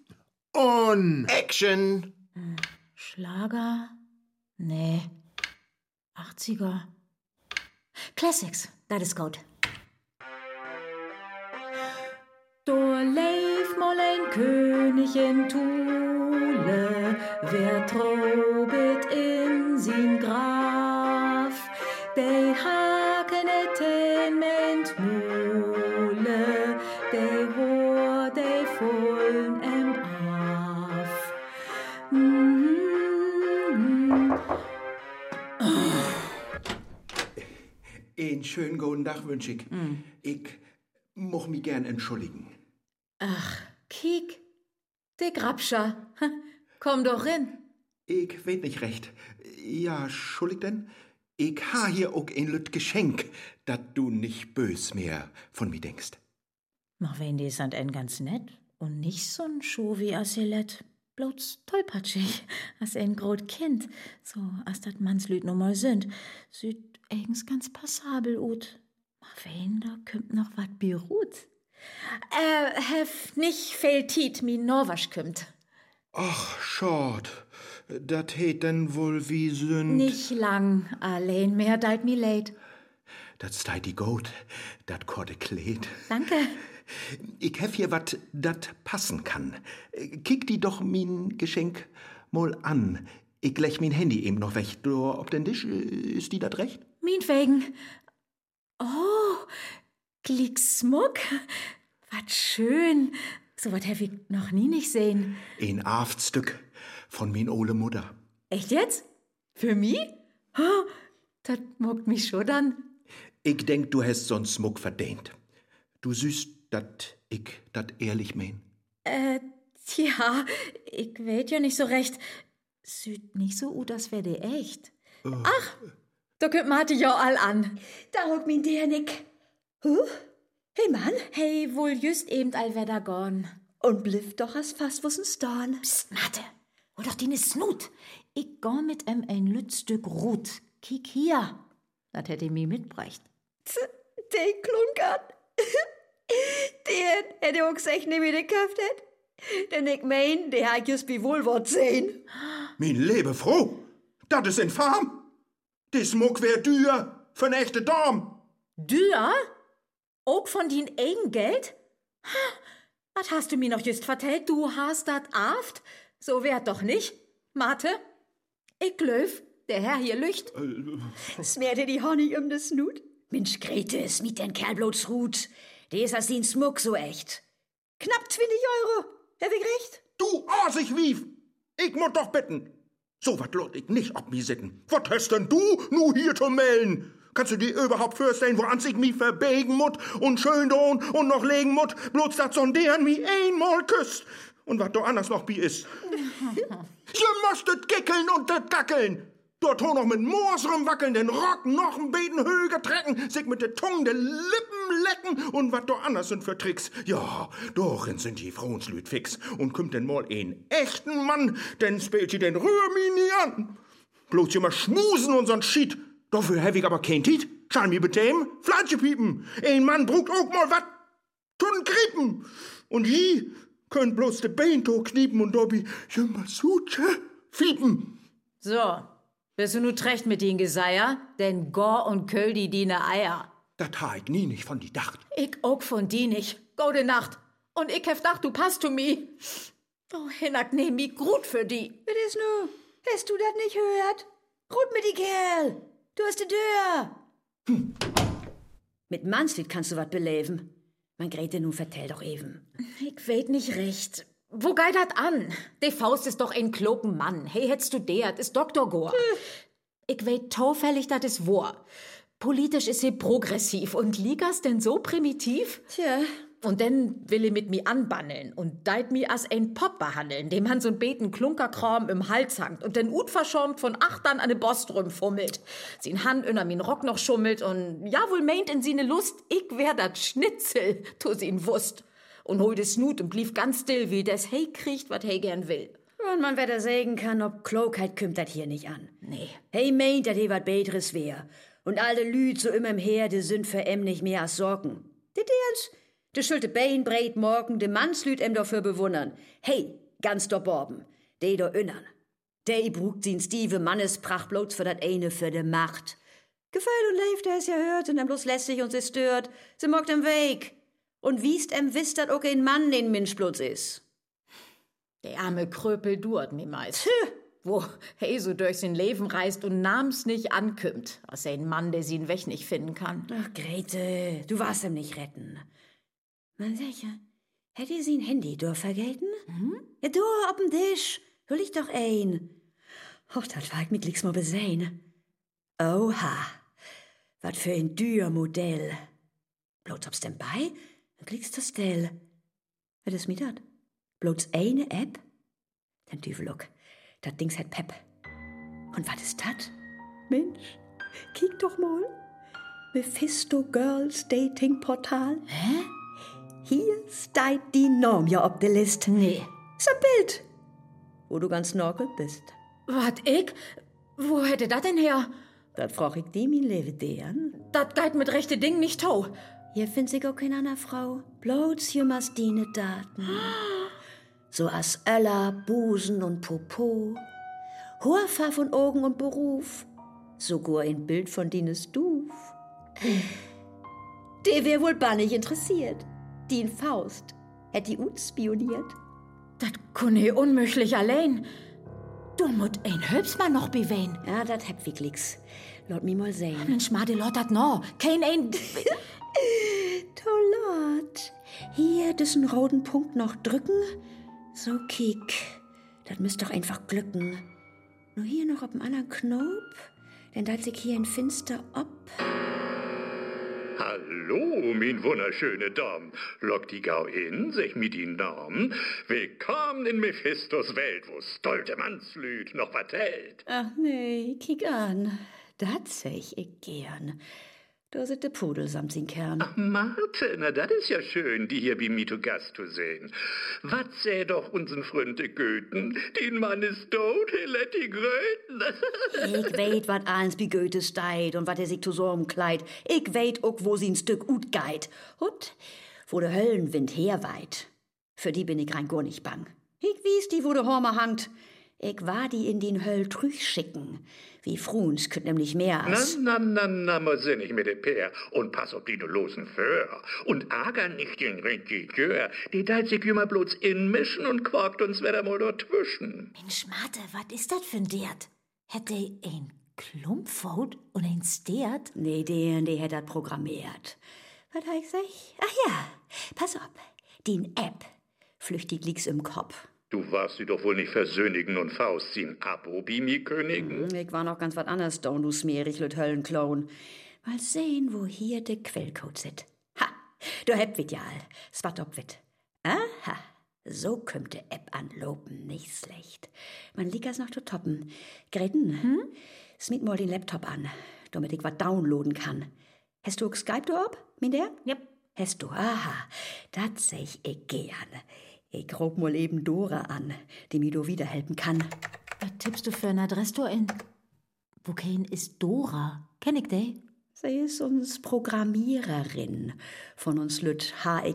Und Action! Schlager? Nee. 80er. Classics, das ist gut. Da leif mal ein König in Thule, wer trobet in sin Graf, de haken et ment Mule, de hor de vollen af. Einen schönen guten Tag wünsch ich. Ich moch mich gern entschuldigen. Ach, kiek, de Grabscher. Komm doch rein. Ich weet nicht recht. Ja, schuldig denn? Ich ha hier auch ein lüt Geschenk, dat du nicht bös mehr von mir denkst. Mach wen die sind ein ganz nett und nicht so'n Schuh wie Assilet. bloß tollpatschig, als ein grot Kind, so als dat Mannslüd no mal sind, süd eigens ganz passabel ut. Ma wen, da kümmt noch wat birut. Hef nicht viel Tiet, mi Norwasch kümmt. Ach, schad, dat heet denn wohl wie Sünd. Nicht lang, allein mehr dalt mi leid. Dat steit die Goat, dat korte Kleed. Danke. Ich hef hier wat dat passen kann. Kick die doch min Geschenk mal an. Ich lech min Handy eben noch weg. Du, ob den Tisch, ist die dat recht? Min wegen. Oh, glick Smuck. Wat schön. So wat hef ich noch nie nicht sehen. Ein Aftstück von min ole Mutter. Echt jetzt? Für mi? Oh, dat mockt mich schon dann. Ich denk, du hast so'n Smuck verdient. Du süßt, dat ich dat ehrlich mein. Tja, ich weet ja nicht so recht. Süd nicht so gut, das wär de echt. Ach, da könnt man ja all an. Da huckt min der nick. Hey Mann. Hey, wohl just eben all wer da gorn. Und bliff doch as fast wo's'n Storn. Psst, Mate, hol doch deine Snut. Ich gorn mit ein Lütstück Rut. Kick hier. Dat hätte mi mitbrecht. Den klunkert. Den hätte auch gesagt, ne, wie der Köft hätt. Denn ich mein, der hat just wie Wohlwort sehen. Min lebe froh, dat is infam. Die Smuck wär dür für ne echte Dom. Dür? Auch von din eigen Geld? Was hast du mir noch just vertellt? Du hast dat aft? So wert doch nicht, Mate. Ich glöf, der Herr hier lücht. Smerte die Honig um das Snut? Mensch, Grete, smiet den Kerl bloß Rut. Der ist als den Smuck so echt. Knapp 20 €. Hab ich recht? Du arsig Wief! Ich muss doch bitten. So wat lot ich nicht ob mi sitten. Wat hast denn du nu hier zu melden? Kannst du dir überhaupt vorstellen, woans ich mi verbegen mut und schön don und noch legen mut, bloß dat so'n deren mi einmal küsst. Und wat do anders noch bi is. Ihr möchtet gickeln und dat gackeln. Dort ho noch mit Moos rumwackeln, den Rock noch ein Beten höher trecken, sich mit der Tongue de Lippen lecken und wat do anders sind für Tricks. Ja, dorin sind die Frauenslüd fix und kümmt denn mal einen echten Mann, denn spielt sie den Rührmi nie an. Bloß immer schmusen und sonst Schied. Dafür hab ich aber kein Tiet. Schall mi betämen, Flatsche piepen. Ein Mann brugt auch mal wat tun griepen. Und je könnt bloß de Bein to kniepen und dobi jümmer suche fiepen. So. Bist du nu trecht mit den Geseier? Denn Gor und Köll die ne Eier. Dat ha ich nie nicht von die dacht. Ich auch von die nicht. Gode Nacht. Und ich hef dacht, du passt zu mi. Oh, Hinnack, nehm mi gut für die. Was ist nu? Hast du dat nicht hört? Rut mit die Kerl. Du hast die Tür. Mit Mannslied kannst du wat beleben. Man Grete, nun vertell doch eben. Ich weet nicht recht. Wo geht dat an? De Faust ist doch ein kloken Mann. Hey, hättest du der, ist Dr. Gor. Ich weet taufällig, dat is wahr. Politisch ist sie progressiv und Ligas denn so primitiv? Tja. Und dann will er mit mi anbanneln und deit mi as ein Pop behandeln, dem han so'n beten Klunkerkram im Hals hangt und den Ut verschäumt von Achtern an de Bost rumfummelt. Sin Hand inner min Rock noch schummelt und ja wohl meint in sine Lust, ich wär dat Schnitzel, tu sin wusst. Und hol des Snut und blieb ganz still, wie des hey kriegt, wat hey gern will. Und man weder sägen kann, ob Klugheit kümmt dat hier nicht an. Nee. Hey meint, dat he wat Beteres wär. Und all de Lüd so immer im Her, de sind für em nicht mehr als Sorgen. De schuld de Bein breit morgen, de Mannslüd em dafür bewundern. Hey, ganz do Borben, de do innern. De brugt sin stive Mannespracht bloß für dat eine für de Macht. Gefällt und lebt, der es ja hört, und em bloß lässig und sie stört. Sie mockt em Weg. Und wiest em wisst, dat auch ein Mann den Mensch bloß is. Der arme Kröpel duert mi meist. Wo hey so durch sein Leben reist und namens nicht ankümmt, als ein Mann, der sie ihn weg nicht finden kann. Ach, Grete, du warst ihm nicht retten. Man sicher, hätte sie ein Handy vergelten? Ja, du, ob'n Tisch, hol ich doch ein. Och, dat war ich mit nix mal besehen. Oha, wat für ein dür Modell. Bloß ob's denn bei? Dann klickst du still. Was ist mit dat? Bloß eine App? Dann Düveluck, dat Dings hat Pep. Und was ist dat? Mensch, kick doch mal. Mephisto Girls Dating Portal. Hä? Hier steht die Norm ja ob de List. Nee. So ein Bild. wo du ganz snorkelt bist. Wat, ich? Wo hätte das denn her? Das frag ich die, mein Leben, deren. Das geht mit rechte Ding nicht tau. Hier find ich auch keine andere Frau. Bloß jemals dine Daten. So as Öller, Busen und Popo. Haarfarbe von Augen und Beruf. Sogar ein Bild von dines Duf. Der wär wohl bannig interessiert. Die in Faust. Hätt die uns spioniert. Das kunne unmöglich allein. Du musst ein Hübsmann noch bewein. Ja, dat heb ich nix. Laut mi mal sehen. Mensch, Made, lot dat no. Kein ein... Tollot. Hier diesen roten Punkt noch drücken. So, kick. Das müsst doch einfach glücken. Nur hier noch auf dem anderen Knopf. Denn da sich hier ein Finster ob. Hallo, mein wunderschöne Dom. Lock die Gau in, sech mit die Norm. Willkommen in Mephistos Welt, wo stolte Mannslüd noch vertellt. Ach nee, kick an. Das seh ich gern. Da sind de Pudel samt sin Kern. Ach, Marthe, na dat is ja schön, die hier bei mir zu Gast zu sehen. Wat säh doch uns'n Fründe Goethen? Den Mann ist tot, he let die Gröten. Ich weet, wat eins bei Goethe steit und wat sich zu so umkleid. Ich weet auch, wo sie ein Stück ut geit. Und wo der Höllenwind herweit. Für die bin ich rein gar nicht bang. Ich wies die, wo der Hormer hangt. Ich war die in den Höll trüch schicken. Wie Fruns könnt nämlich mehr als... Na, mal sinnig mit dem Pär und pass auf die du losen Föhr. Und ärger nicht den Regisseur, die deit sich immer bloß inmischen und quakt uns wieder mal dazwischen. Mensch, Mate, wat ist das für ein Dert? Hätte ein Klumpfhaut und ein Stert? Nee, der hat das programmiert. Was hab ich sag? Ach ja, pass auf, den App. Flüchtig liegt's im Kopf. Du warst sie doch wohl nicht versöhnigen und Faust ziehen Abo, Bimi Königen. Ich war noch ganz wat anders down, du smierig lüt Höllenklown. Mal sehen, wo hier de Quellcode sit. Ha, du hebt wit ja all, swat ob wit. Aha, so kömmt de App anlopen, nicht schlecht. Man liegt das noch zu toppen. Greten, smiet mal den Laptop an, damit ich wat downloaden kann. Hast du Skype da ob, min der? Ja. Hast du, aha, das seh ich gern. Ich ruf mal eben Dora an, die mir do wiederhelfen kann. Was tippst du für eine Adresse da in? Wo kein ist Dora? Kenn ich die? Sie ist uns Programmiererin von uns Lüt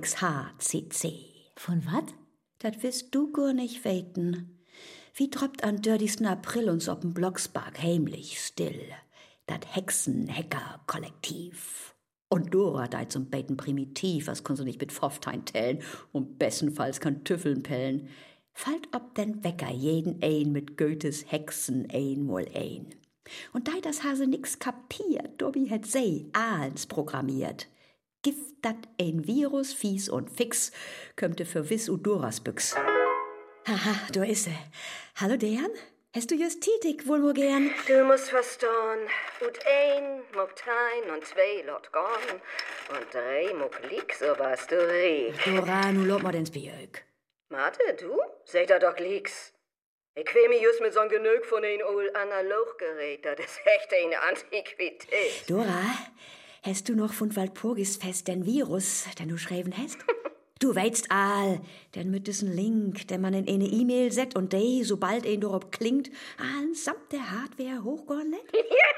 HXHCC. Von wat? Das wirst du gar nicht weten. Wie troppt an 30. April uns ob'n Blocksberg heimlich still. Dat Hexenhacker-Kollektiv. Und Dora deit zum Beten primitiv, was kannst du nicht mit Pfofftein tellen und bestenfalls kann Tüffeln pellen. Fallt ob den Wecker jeden ein mit Goethes Hexen einmal ein. Und da das Hase nix kapiert, Dobby hätt sie ahns programmiert. Gift dat ein Virus, fies und fix, kömmte für Wiss u Doras Büchs. Haha, da is sie. Hallo, Dejan? Hast du just tätig wohl nur gern? Du musst verstehen, und ein muckt ein und zwei lot gorn und drei muck lieg, so warst du reg. Dora, nu lob mal den Spielg. Mate, du? Sag da doch lieg's. Ich quäl mich just mit so'n Genüg von ein ol Analoggerät, das ist echt eine Antiquität. Dora, hast du noch von Walpurgis fest den Virus, den du schreiben hast? Du weißt all, denn mit diesem Link, den man in eine E-Mail set und dey, sobald ein darauf klingt, allen samt der Hardware hochgorn lädt?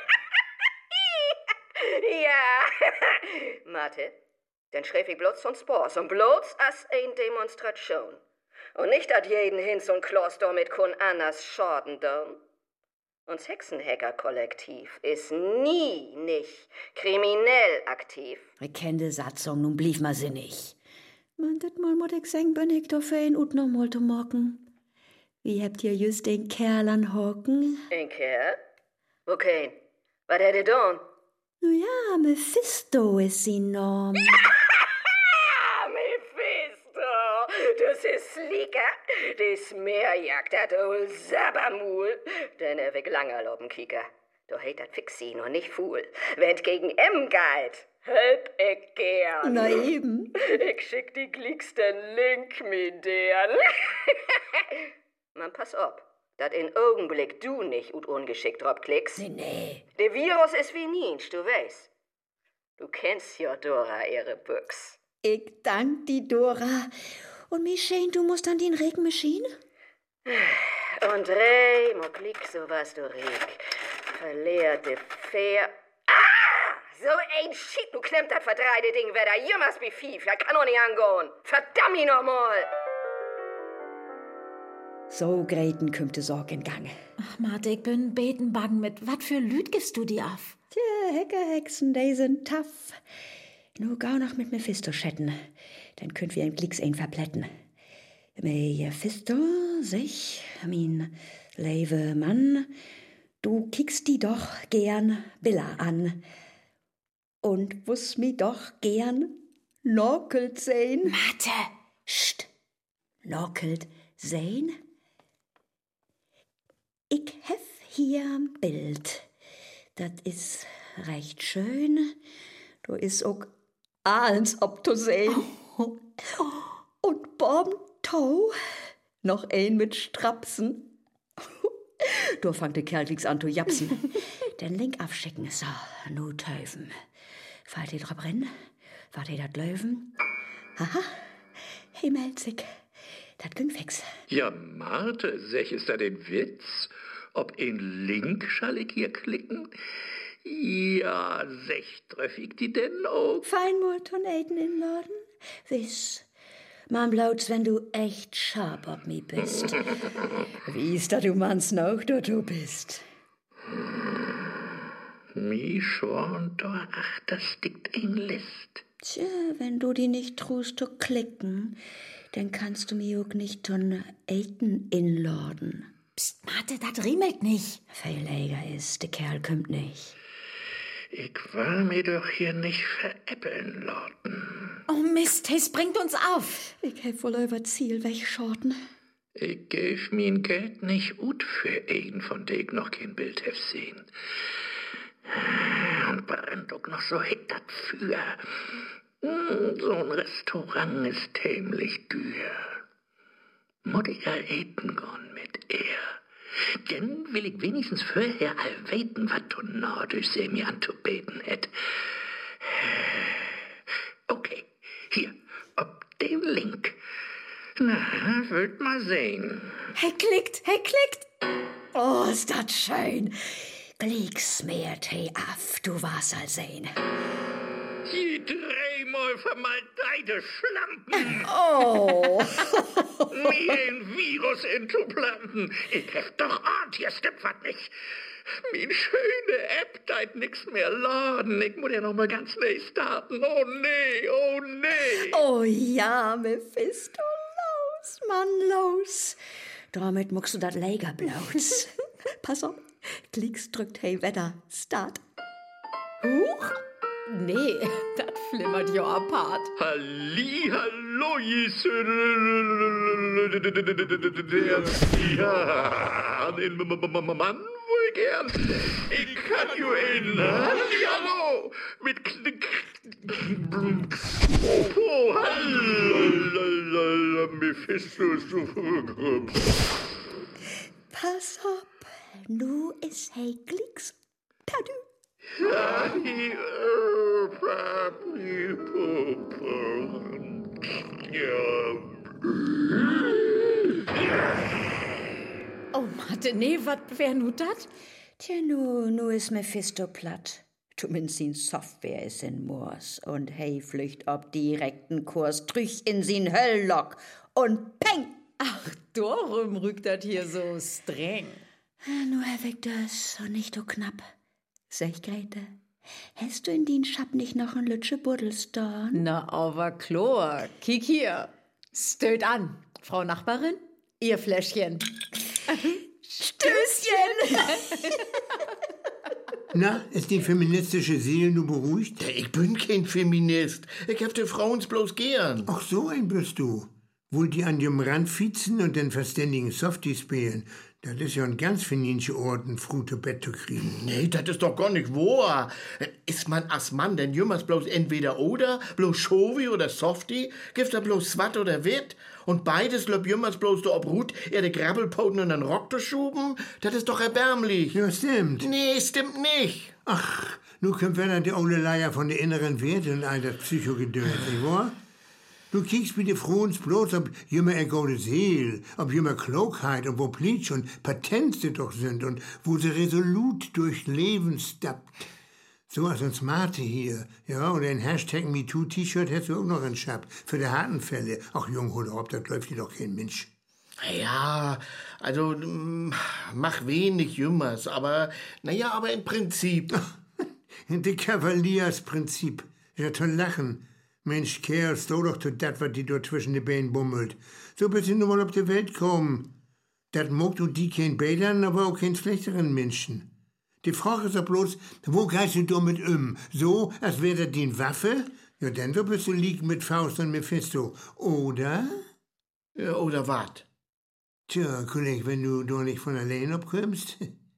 Ja, Mate, dann schreib ich bloß von Spaß und bloß als ein Demonstration. Und nicht at jeden Hinz und Kloß damit kun anders schaden dürn. Uns Hexenhacker-Kollektiv ist nie nicht kriminell aktiv. Ich kenn de Satzung, nun blieb mal sinnig. Man, das mal muss ich sagen, bin ich doch für ihn und noch mal zu morgen. Wie habt ihr just den Kerl an Hocken? Ein Kerl? Okay, was hätt ihr don? Nu ja, Mephisto ist sie Norm. Ja, Mephisto, das ist Slicker, das Meerjagd, das ol Sabbermul, denn weg langer Lobenkicker. Du hätt dat fixin und nicht Fuhl, wenn's gegen M geht. Help ich gern. Na eben. Ich schick die glicksten Link mit deren. Man, pass auf, dat in Augenblick du nicht ut ungeschickt drauf klickst. Nee. Der Virus ist wie Niensch, du weißt. Du kennst ja Dora ihre Büchs. Ich dank die Dora. Und Michelle, du musst an den Regenmaschine? und drei, mo klick, so was du riek. Verleerte Fair. So ein Shit, du klemmt das verdreide Ding wieder. You must be fief, das kann doch nicht angehen. Verdammt ihn noch mal. So Greten kümmt de Sorg in Gang. Ach, Marte, ich bin betenbang mit. Was für Lüd gibst du die auf? Tja, Heckerhexen, die sind tough. Nur gau noch mit Mephisto chatten. Dann könnt wir im Glicks ein verplätten. Mephisto, sich, mein leve Mann, du kickst die doch gern Billa an. Und wuss mi doch gern Norkelt sehn. Marte! Psst! Norkelt sehn? Ich hef hier ein Bild. Das is recht schön. Du is auch alles ob zu sehen. Und Borben Tau, noch ein mit Strapsen. Du fangt der Kerl fix an zu japsen. Den Link aufschicken, so, nu Teufen. Fallt ihr drauf rennen? Wart ihr dat Löwen? Haha, hey Melzig, dat ging fix. Ja, Marte, sech ist da den Witz? Ob in Link schall ich hier klicken? Ja, sech treff ich die denn auch? Feinmut und Aiden in Laden? Wiss, man blaut's, wenn du echt scharf ob mi bist. Wie ist da du mannst noch, du bist? Mi schon, da, ach, das dickt ein List. Tja, wenn du die nicht trust zu klicken, dann kannst du mir auch nicht ton Aiden inladen. Psst, Marte, das riemelt nicht. Verleger ist, der Kerl kommt nicht. Ich war mir doch hier nicht veräppeln lassen. Oh Mist, es bringt uns auf. Ich hab wohl über Ziel wegschorten. Ich gäf mein Geld nicht ut für einen, von dem ich noch kein Bild hef sehen. Und brennt auch noch so hit dat für. So ein Restaurant ist dämlich dür. Muss ich ja eten gehen mit er. Denn will ich wenigstens vorher all weten, wat du Nordus mir anzubeten hätt. Okay, hier, ob dem Link. Na, wollt mal sehen. Hey, klickt. Oh, ist dat schön. Glicks mehr Tee af, du warst all sehen. Die dreimal vermaldeite Schlampen. Oh. Mir ein Virus intuplanten. Ich hef doch ahnt, hier stimmt wat nicht. Min schöne App deit nix mehr laden. Ich muss ja noch mal ganz neu starten. Oh nee, oh nee. Oh ja, Mephisto, los, Mann, los. Damit muckst du dat Lager blaut's. Pass auf, Klicks drückt hey Wetter, Start. Huch. Nee, das flimmert ja apart. Hallo, ja, den Mann wohl gern. Ich kann ju ein Hallo mit Oh, hallo, Mephisto. Pass auf, nu is hey Klicks. Tadü. Oh, Marte, nee, wat wär nu dat? Tja, nu is Mephisto platt. Zumindest Software is in Moors und hey flücht ob direkten Kurs drüch in sin Hölllock und peng! Ach, darum rückt dat hier so streng. Nu hab ich das und nicht so knapp. Sag, Grete, hast du in den Schab nicht noch ein Lütsche Buddelstorn? Na, aber klar. Kiek hier. Stößt an, Frau Nachbarin. Ihr Fläschchen. Stößchen! Na, ist die feministische Seele nur beruhigt? Ich bin kein Feminist. Ich hab die Frauens bloß gern. Ach, so ein bist du. Wohl die an dem Rand fiezen und den verständigen Softies spielen. Das ist ja ein ganz finische Ort, ein frute Bett zu kriegen. Nee, das ist doch gar nicht wahr. Ist man als Mann denn jümmers bloß entweder oder, bloß Schovi oder Softie? Gibt's da bloß Swat oder Witt? Und beides löb jümmers bloß da ob Ruth, de Grabbelpoten und den Rock zu schuben? Das ist doch erbärmlich. Ja, stimmt. Nee, stimmt nicht. Ach, nu kommt wieder die Ole Leier von der inneren Welt und all das Psychogedöns, nicht wahr? Du kiekst wie die Fruens bloß, ob jümmer er gute Seel, ob jümmer Klugheit und wo Plitsch und Patent sie doch sind und wo sie resolut durch Leben stappt. So als uns Mate hier, ja, und ein Hashtag MeToo-T-Shirt hättest du auch noch in Schab, für die harten Fälle. Ach, Jung, hol auf, das läuft hier doch kein Mensch. Ja, also, mach wenig Jümmers, aber im Prinzip. Die Kavaliersprinzip. Ja, toll lachen. Mensch, Kerl, steh doch zu dat, was die dort zwischen den Beinen bummelt. So bist du nur mal auf die Welt kommen. Dat mogt du die kein Bädern, aber auch kein schlechteren Menschen. Die Frage ist doch bloß, wo gehst du damit So, als wäre das die Waffe? Ja, denn so bist du liegen mit Faust und Mephisto. Oder? Ja, oder wat? Tja, Kollege, wenn du doch nicht von allein abkommst.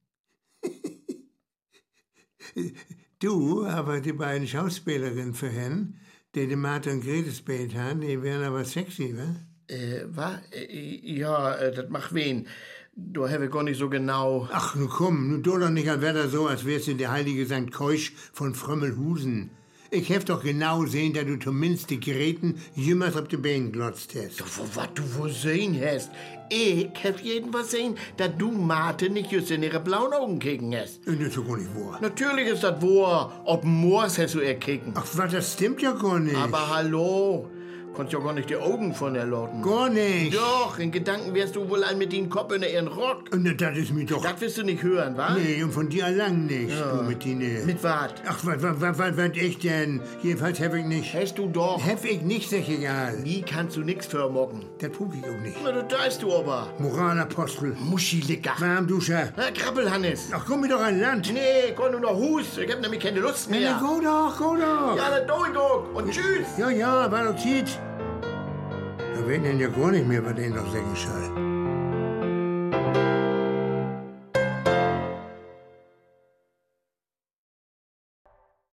Du, aber die beiden Schauspielerinnen vorhin, die Martha und Grete gespielt haben, die wären aber sexy, wa? Ja, das macht wen. Du habe gar nicht so genau. Ach, nun komm, nun du doch nicht, als wär das so, als wärst du der heilige St. Keusch von Frömmelhusen. Ich hef doch genau sehen, dass du zumindest die Geräten jümmers auf die Beine glotzt hast. Was du wohl sehen hast? Ich hef jedenfalls sehen, dass du Martha nicht just in ihre blauen Augen kicken hast. Das ist doch gar nicht wahr. Natürlich ist das wahr. Ob Moors hast du ihr kicken. Ach, was, das stimmt ja gar nicht. Aber hallo, konntest ja gar nicht die Augen von der Lotten. Gar nicht. Doch, in Gedanken wärst du wohl ein mit den Kopf in ihren Rock. Und das ist mir doch... Das wirst du nicht hören, wa? Nee, und von dir lang nicht, ja. Du mit denen. Mit wat? Ach, was ich denn? Jedenfalls hab ich nicht. Hast du doch. Hab ich nicht, sag ich egal. Nie kannst du nix vermocken. Das puck ich auch nicht. Na, das weißt du aber. Moralapostel. Muschi-Licker. Warmduscher. Na, Krabbelhannes. Ach, komm mir doch an Land. Nee, komm nur noch Hus. Ich hab nämlich keine Lust mehr. Na, go doch. Ja, dann do ich doch. Und tschüss. Ja, war doch Zeit. Da werden denn ja gar nicht mehr, was ich noch sagen soll.